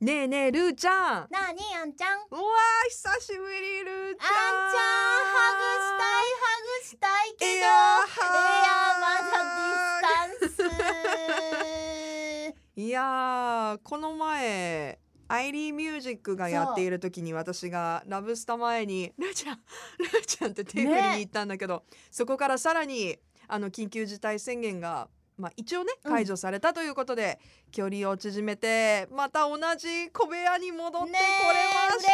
ねえねえルーちゃん。 なにあんちゃん。 うわー久しぶりルーちゃん。 あんちゃんハグしたいけどいやまだディスタンス。 いやーこの前アイリーミュージックがやっている時に私がラブスタ前にルーちゃんって手振りに行ったんだけど、そこからさらに緊急事態宣言が一応ね解除されたということで、距離を縮めてまた同じ小部屋に戻ってこれました。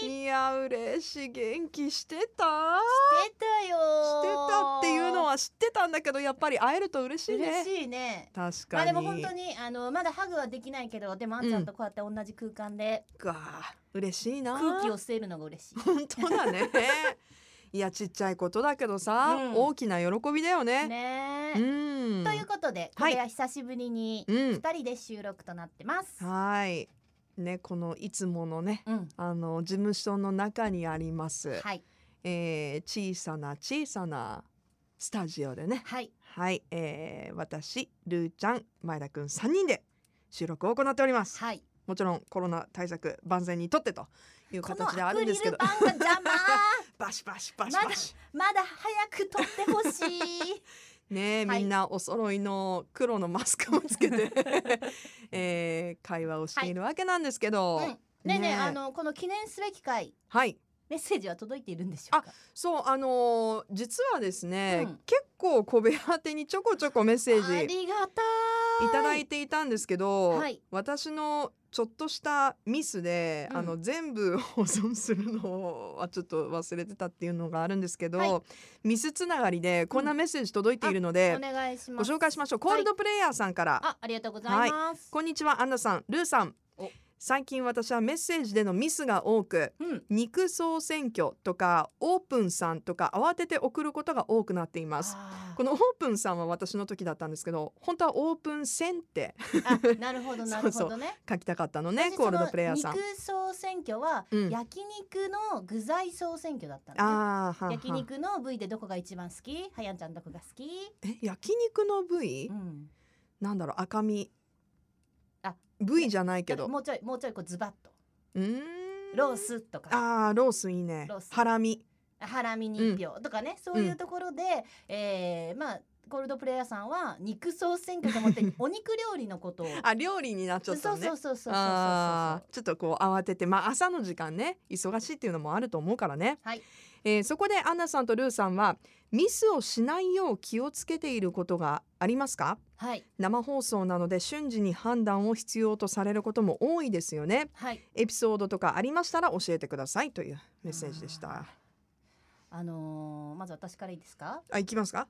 いや嬉しい。元気してた？ してたよ。 してたっていうのは知ってたんだけど、やっぱり会えると嬉しいね。 嬉しいね。 確かに。 でも本当にまだハグはできないけど、でもあんちゃんとこうやって同じ空間で、 嬉しいな。 空気を吸えるのが嬉しい。 本当だね。いやちっちゃいことだけどさ、大きな喜びだよね。 ねということで、これは久しぶりに2人で収録となってます。 はいね、このいつものね、事務所の中にあります、小さなスタジオでね、私ルーちゃん前田くん3人で収録を行っております。もちろんコロナ対策万全にとってという形であるんですけど、 このアクリル板が邪魔バシバシまだ早く撮ってほしいね、みんなお揃いの黒のマスクをつけて、会話をしているわけなんですけど、 この記念すべき回、メッセージは届いているんでしょうか？ そう実はですね、結構小部屋宛てにちょこちょこメッセージありがたいただいていたんですけど、私のちょっとしたミスで、全部保存するのはちょっと忘れてたっていうのがあるんですけど、ミスつながりでこんなメッセージ届いているので、 お願いします。 ご紹介しましょう。コールドプレイヤーさんから、 ありがとうございます。 こんにちはアンナさん、ルーさん。最近私はメッセージでのミスが多く、肉総選挙とかオープンさんとか慌てて送ることが多くなっています。このオープンさんは私の時だったんですけど、本当はオープン戦ってなるほどね書きたかったのね。コールドプレイヤーさん、 肉総選挙は焼肉の具材総選挙だったのね。焼肉の部位でどこが一番好き？はやんちゃんどこが好き？ 焼肉の部位、なんだろう、赤身部位じゃないけど、 もうちょいこうズバッとロースとか、 ロースいいね。ハラミに 1票とかね、そういうところで、コールドプレイヤーさんは肉総選挙と思ってお肉料理のことを料理になっちゃったね。 そうちょっとこう慌てて、朝の時間ね忙しいっていうのもあると思うからね。そこでアンナさんとルーさんはミスをしないよう気をつけていることがありますか？生放送なので瞬時に判断を必要とされることも多いですよね。エピソードとかありましたら教えてくださいというメッセージでした。 まず私からいいですか？ いきますか？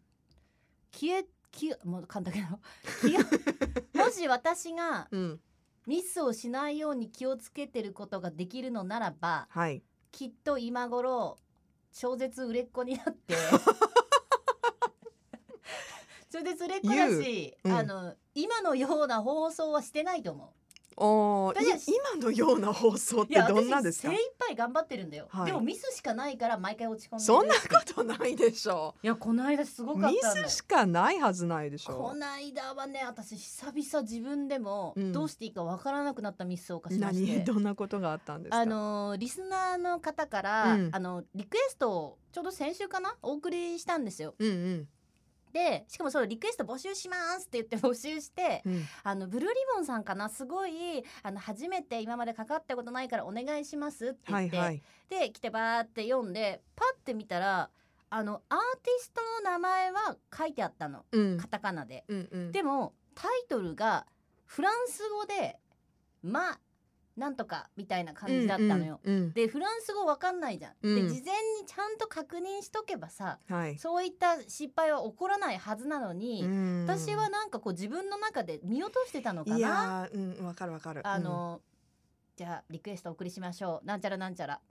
もう簡単だけどもし私がミスをしないように気をつけてることができるのならば、きっと今頃超絶売れっ子になって超絶売れっ子だし、今のような放送はしてないと思う。 今のような放送ってどんなですか？ 精一杯頑張ってるんだよ、でもミスしかないから毎回落ち込んでる。 そんなことないでしょ。 いやこの間すごかったんだよ。 ミスしかないはずないでしょ。 この間はね、私久々自分でもどうしていいかわからなくなったミスを犯しまして。 どんなことがあったんですか？ リスナーの方から、リクエストをちょうど先週かなお送りしたんですよ。でしかもそのリクエスト募集しますって言って募集して、ブルーリボンさんかな、すごい初めて今までかかったことないからお願いしますって言って、で来てバーって読んでパッて見たらアーティストの名前は書いてあったの、カタカナで、でもタイトルがフランス語でなんとかみたいな感じだったのよ。でフランス語わかんないじゃん、で事前にちゃんと確認しとけばさ、そういった失敗は起こらないはずなのに、私はなんかこう自分の中で見落としてたのかな。いやわかるわかる。 じゃあリクエストお送りしましょう。なんちゃらなんちゃら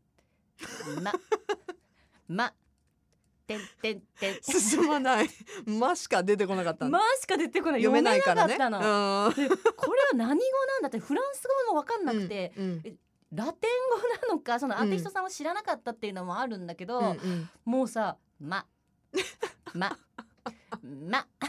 進まないしか出てこなかった。 しか出てこない。 読めないからね。 これは何語なんだって、フランス語も分かんなくて、ラテン語なのか、そのアーティストさんを知らなかったっていうのもあるんだけど、もうさって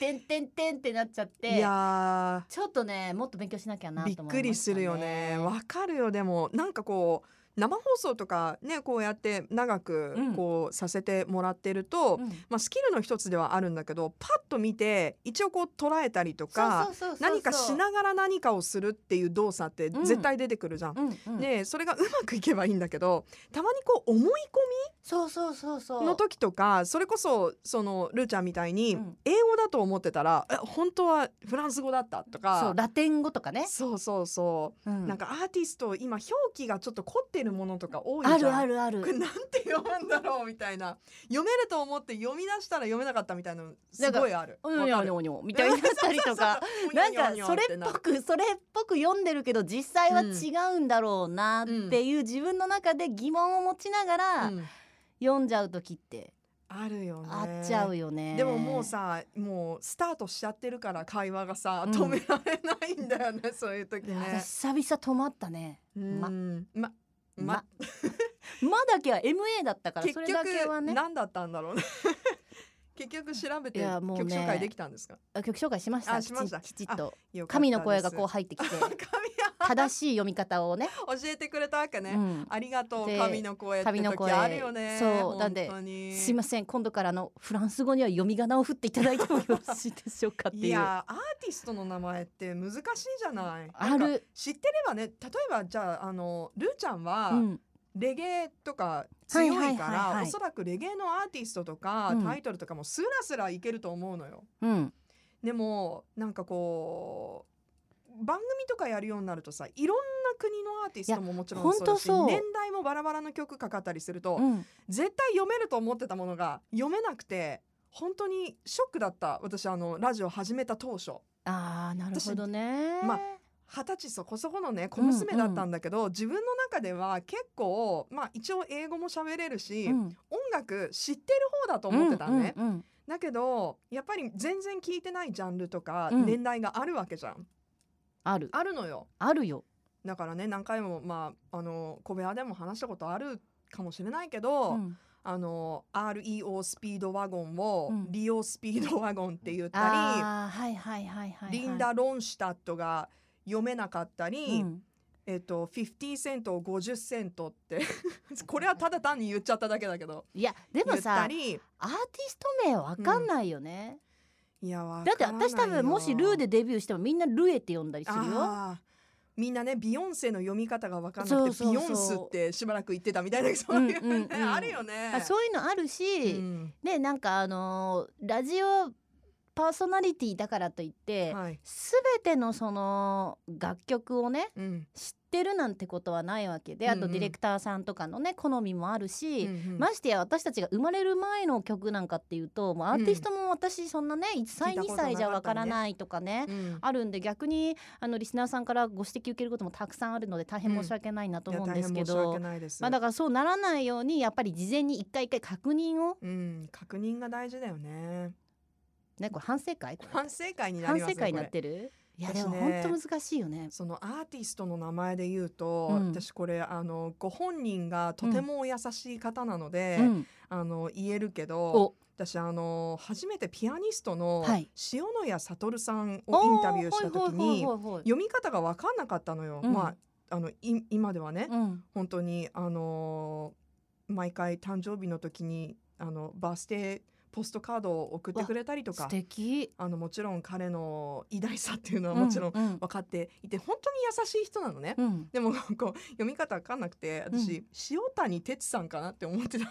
てんてんてんってなっちゃって、いやちょっとねもっと勉強しなきゃなと思いましたね。 びっくりするよね。わかるよ。でもなんかこう生放送とかねこうやって長くこうさせてもらってると、まあ、スキルの一つではあるんだけど、パッと見て一応こう捉えたりとか何かしながら何かをするっていう動作って絶対出てくるじゃん。でそれがうまくいけばいいんだけど、たまにこう思い込みの時とか、それこそそのルーちゃんみたいに英語だと思ってたら、本当はフランス語だったとか、 そうラテン語とかね、 なんかアーティスト今表記がちょっと凝ってるものとか多いじゃん。 あるこれなんて読むんだろうみたいな、読めると思って読み出したら読めなかったみたいなのすごいある。 みたいになったりとかなんかそれっぽく読んでるけど実際は違うんだろうなっていう自分の中で疑問を持ちながら読んじゃう時ってあるよね。 あっちゃうよね。 でももうさ、もうスタートしちゃってるから会話がさ止められないんだよね、そういう時ね。 久々止まったね。まだけは MA だったから、それだけはね。 何だったんだろうね。結局調べて曲紹介できたんですか？ 曲紹介しました。 きちっと神の声がこう入ってきて正しい読み方をね教えてくれたわけね。ありがとう神の声って時あるよね。 そうなんですいません、今度からフランス語には読み仮名を振っていただいてもよろしいでしょうかっていう。 いやアーティストの名前って難しいじゃない。 ある。 知ってればね、例えばじゃあルーちゃんは、レゲエとか強いから、おそらくレゲエのアーティストとか、タイトルとかもスラスラいけると思うのよ。でもなんかこう番組とかやるようになるとさ、いろんな国のアーティストももちろんそうだし、年代もバラバラの曲かかったりすると、絶対読めると思ってたものが読めなくて本当にショックだった。私ラジオ始めた当初。 なるほどね。 20歳そこそこのね小娘だったんだけど、自分の中では結構一応英語も喋れるし、音楽知ってる方だと思ってたね。だけどやっぱり全然聞いてないジャンルとか年代があるわけじゃん。あるのよ。 あるよ。 だからね、何回も小部屋でも話したことあるかもしれないけど、REO スピードワゴンをリオスピードワゴンって言ったり、リンダ・ロンシュタットが読めなかったり、50セントを50セントってこれはただ単に言っちゃっただけだけど、 いやでもさアーティスト名わかんないよね。 いやだって私多分もしルーでデビューしてもみんなルエって呼んだりするよ。 みんなねビヨンセの読み方が分かんなくてビヨンスってしばらく言ってたみたいな、そういうねあるよね。 そういうのあるし、ね、なんかラジオパーソナリティだからといって、全てのその楽曲をね、知ってるなんてことはないわけで、あとディレクターさんとかのね好みもあるし、ましてや私たちが生まれる前の曲なんかっていうと、もうアーティストも私そんなね1歳2歳じゃわからないとかね、あるんで、逆にリスナーさんからご指摘受けることもたくさんあるので大変申し訳ないなと思うんですけど、だからそうならないようにやっぱり事前に一回確認を、 確認が大事だよね。 ね、これ反省会になりますね。 反省会になってる。いやでも本当難しいよね。 そのアーティストの名前で言うと、私これご本人がとてもお優しい方なので、言えるけど、私初めてピアニストの塩谷悟さんをインタビューした時に読み方が分かんなかったのよ。今ではね、本当に毎回誕生日の時にバースデーポストカードを送ってくれたりとか、 素敵。 もちろん彼の偉大さっていうのはもちろん分かっていて、本当に優しい人なのね。でもこう読み方分かんなくて、私、塩谷哲さんかなって思ってた。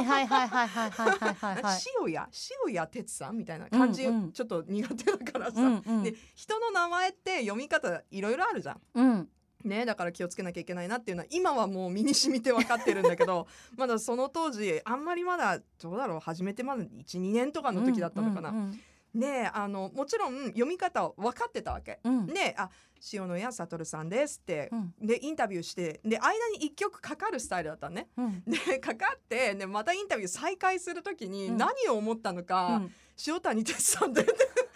塩谷哲さんみたいな感じ、ちょっと苦手だからさ、で人の名前って読み方いろいろあるじゃん。ね、だから気をつけなきゃいけないなっていうのは今はもう身に染みて分かってるんだけどまだその当時あんまりまだどうだろう、始めてまだ 1,2 年とかの時だったのかな。でもちろん読み方分かってたわけ、で塩谷悟さんですって、でインタビューして、で間に1曲かかるスタイルだったね、でかかってでまたインタビュー再開する時に何を思ったのか、塩谷哲さんで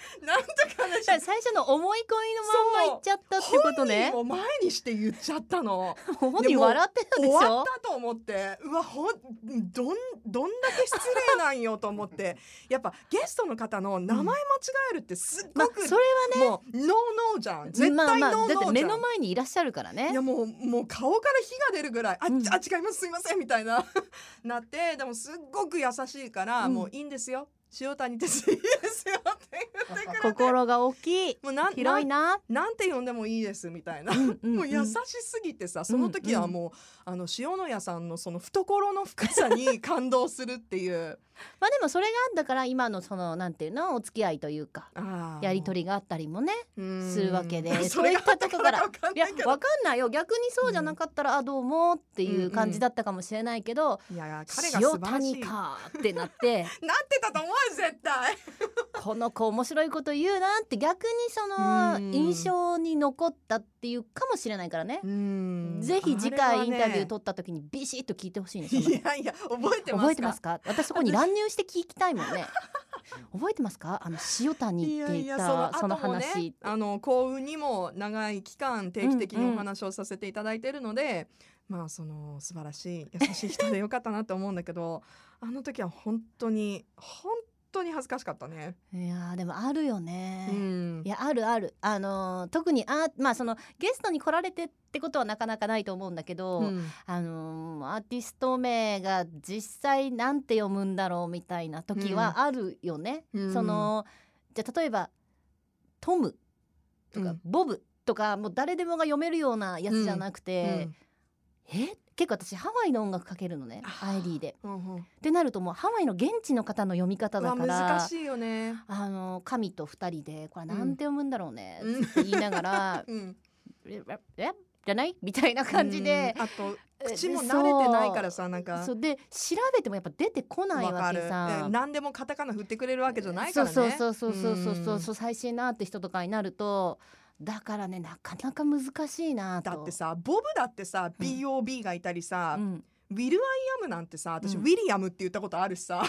なんとかね、 最初の思い込みのまんま言っちゃったってことね。 本人を前にして言っちゃったの。 本人笑ってたでしょ。 終わったと思って、うわどんだけ失礼なんよと思ってやっぱゲストの方の名前間違えるってすっごく、 それはねもうノーノーじゃん、絶対ノーノーじゃん、 だって目の前にいらっしゃるからね。 いやもう顔から火が出るぐらい違いますすいませんみたいななって、でもすっごく優しいから、もういいんですよ塩谷哲いいですよって言ってくれて、 心が大きい、もう広いな、 なんて呼んでもいいですみたいな、もう優しすぎてさ、その時はもう、塩谷さんのその懐の深さに感動するっていうまあでもそれがあんだから今のそのなんていうのお付き合いというかやり取りがあったりもねするわけで、そういったとこからいやわかんないよ、逆にそうじゃなかったら、どうもっていう感じだったかもしれないけど、 いや彼が素晴らしい、 塩谷かってなってなってたと思うよ絶対この子面白いこと言うなって逆にその印象に残ったっていうかもしれないからね。ぜひ次回インタビュー取った時にビシッと聞いてほしいんですよ。 いやいや覚えてますか。 私そこに乱入して聞きたいもんね覚えてますか、塩谷って言ったその話。 幸運にも長い期間定期的にお話をさせていただいているので、まあその素晴らしい優しい人でよかったなと思うんだけどあの時は本当に恥ずかしかったね。 いやでもあるよね、いやある特にまあそのゲストに来られてってことはなかなかないと思うんだけど、アーティスト名が実際なんて読むんだろうみたいな時はあるよね、そのじゃあ例えばトムとかボブとかもう誰でもが読めるようなやつじゃなくて、結構私ハワイの音楽かけるのね、アイリーで、ってなるともうハワイの現地の方の読み方だから難しいよね。 神と二人でこれなんて読むんだろうねって言いながら、じゃないみたいな感じで、 あと口も慣れてないからさ、なんかそうで調べてもやっぱ出てこないわけさ。 何でもカタカナ振ってくれるわけじゃないからね。 そう最新のアーティストとかになるとだからねなかなか難しいなと。 だってさボブだってさ BOB がいたりさ、ウィル・アイアムなんてさ私、ウィリアムって言ったことあるしさ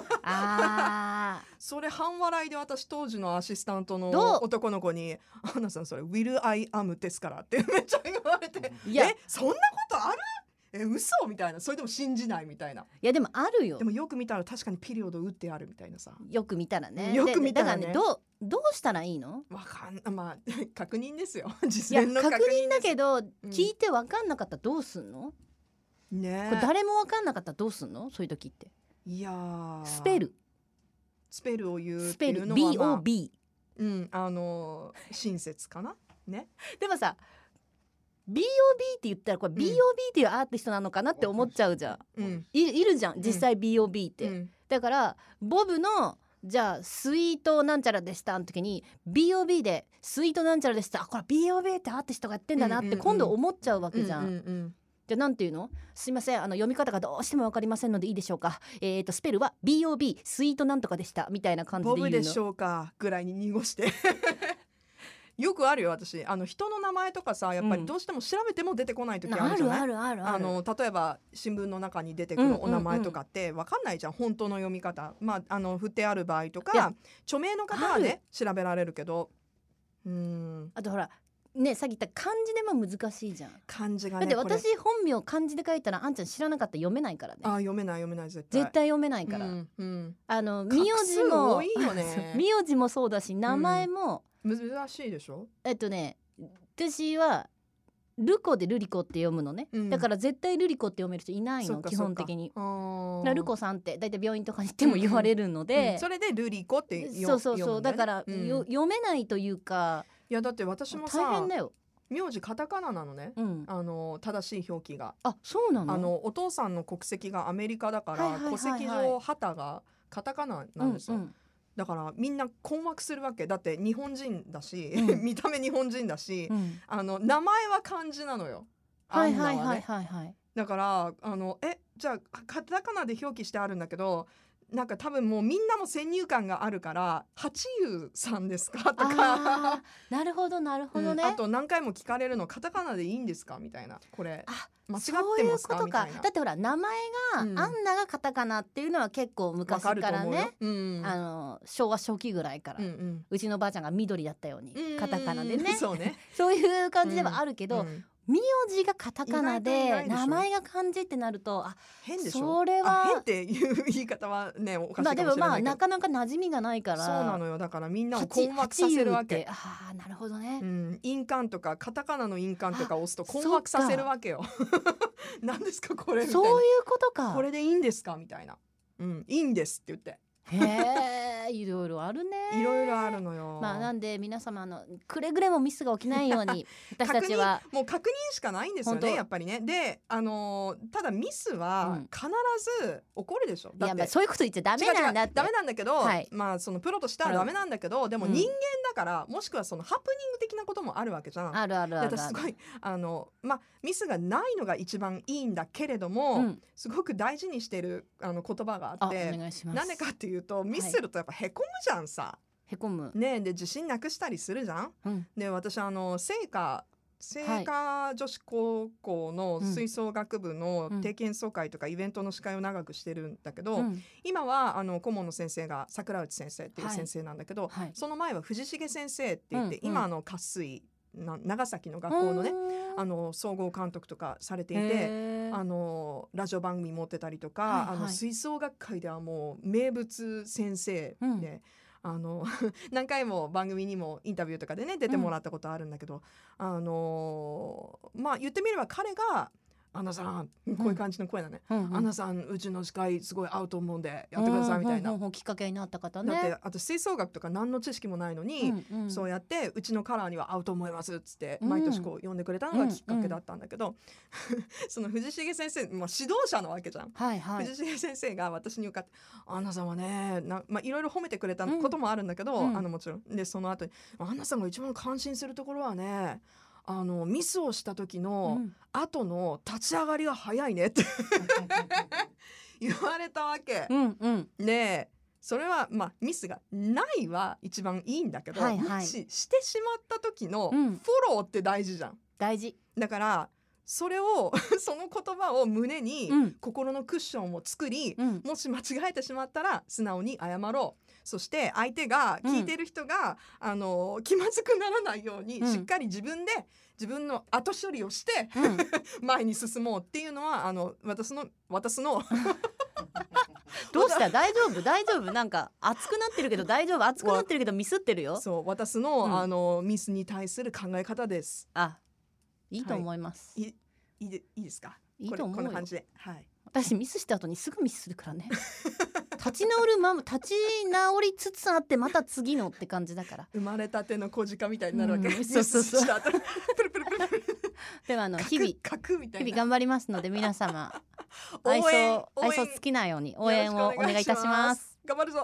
それ半笑いで私当時のアシスタントの男の子に「アンナさんそれウィル・アイアムですから」ってめっちゃ言われて「そんなことある？嘘?」みたいな、それでも信じないみたいな。いやでもあるよ。 でもよく見たら確かにピリオド打ってあるみたいなさ。 よく見たらね。 よく見たらね。 だからねどうしたらいいの？ まあ確認ですよ。実践の確認だけど、聞いて分かんなかったらどうすんの？ ね。 これ誰も分かんなかったらどうすんの？そういう時って。 いやスペルを言うっていうのは、まあ、 BOB。 親切かなね。 でもさ。BOB って言ったらこれ BOB っていうアーティストなのかなって思っちゃうじゃん、いるじゃん実際 BOB って、だからボブのじゃあスイートなんちゃらでしたの時に BOB でスイートなんちゃらでした、これ BOB ってアーティストがやってんだなって今度思っちゃうわけじゃん。じゃあなんていうの？すいません読み方がどうしても分かりませんのでいいでしょうか、スペルは BOB スイートなんとかでしたみたいな感じで言うの。 ボブでしょうかぐらいに濁してよくあるよ私。人の名前とかさやっぱりどうしても調べても出てこない時あるじゃない。例えば新聞の中に出てくるお名前とかって分かんないじゃん、本当の読み方。まあ振ってある場合とか著名の方はね調べられるけど、 あとほらね、さっき言った漢字でも難しいじゃん。 漢字がね。 だって私本名漢字で書いたらあんちゃん知らなかったら読めないからね。 読めない絶対読めないから。名字も多いよね。 名字もそうだし名前も、 珍しいでしょ。 私はルコでルリコって読むのね、だから絶対ルリコって読める人いないの基本的に。ルコさんってだいたい病院とかに行っても言われるので、 それでルリコってそうだから、読めないというか。 いやだって私もさ大変だよ。 名字カタカナなのね、正しい表記が。 そうなの？ お父さんの国籍がアメリカだから、戸籍上旗がカタカナなんですよ、だからみんな困惑するわけだって日本人だし、見た目日本人だし、名前は漢字なのよ。だからじゃあカタカナで表記してあるんだけどなんか多分もうみんなも先入観があるから八優さんですかとかなるほどなるほどね、 あと何回も聞かれるのカタカナでいいんですかみたいな、これ間違ってますかそういうことみたいな。 だってほら名前が、アンナがカタカナっていうのは結構昔からね、昭和初期ぐらいから、うちのばあちゃんが緑だったようにカタカナでね、そういう感じではあるけど、名字がカタカナで名前が漢字ってなると変でしょ。 それは変っていう言い方はねおかしいかもしれないけど、 でもなかなか馴染みがないから。 そうなのよ。だからみんなを困惑させるわけ。 なるほどね、 印鑑とかカタカナの印鑑とか押すと困惑させるわけよ何ですかこれみたいな、 そういうことか、 これでいいんですかみたいな、いいんですって言って、 へえ、いろいろあるね。 いろいろあるのよ。 なんで皆様くれぐれもミスが起きないように私たちはもう確認しかないんですよね、やっぱりね。で、ただミスは必ず起こるでしょ。だってそういうこと言っちゃダメなんだって。 ダメなんだけど、そのプロとしてはダメなんだけど、でも人間だから、もしくはそのハプニング的なこともあるわけじゃん。 ある。 私すごいミスがないのが一番いいんだけれども、すごく大事にしてる言葉があって、なんでかっていうと、ミスするとやっぱへこむじゃんさ。 へこむね。で自信なくしたりするじゃん。で私聖華女子高校の吹奏楽部の定期演奏会とかイベントの司会を長くしてるんだけど、今は顧問の先生が桜内先生っていう先生なんだけど、その前は藤重先生って言って、今渇水長崎の学校のね総合監督とかされていて、ラジオ番組持ってたりとか、吹奏楽界ではもう名物先生で、何回も番組にもインタビューとかでね出てもらったことあるんだけど、言ってみれば彼がアンナさん、こういう感じの声だね、アンナさんうちの司会すごい合うと思うんでやってくださいみたいな、 きっかけになった方ね。 だって私吹奏楽とか何の知識もないのに、そうやってうちのカラーには合うと思いますっつって毎年こう呼んでくれたのがきっかけだったんだけど、その藤重先生、指導者なわけじゃん、藤重先生が私に向かってアンナさんはねいろいろ褒めてくれたこともあるんだけど、もちろんでその後にアンナさんが一番感心するところはね、ミスをした時の後の立ち上がりが早いねって言われたわけ、でそれはミスがないは一番いいんだけど、もししてしまった時のフォローって大事じゃん。 大事だからそれをその言葉を胸に心のクッションを作り、もし間違えてしまったら素直に謝ろう。そして相手が聞いてる人が、気まずくならないように、しっかり自分で自分の後処理をして、前に進もうっていうのは私のどうした大丈夫なんか熱くなってるけど大丈夫、熱くなってるけどミスってるよ。 そう私の、ミスに対する考え方です。 いいと思います、 いいですか。 いいと思うよ。 こんな感じで、 私ミスした後にすぐミスするからね立ち直りつつあってまた次のって感じだから、 生まれたての小鹿みたいになるわけ、 そうした後プルプルでは日々頑張りますので皆様愛想尽きないように応援をお願いいたします。 頑張るぞ。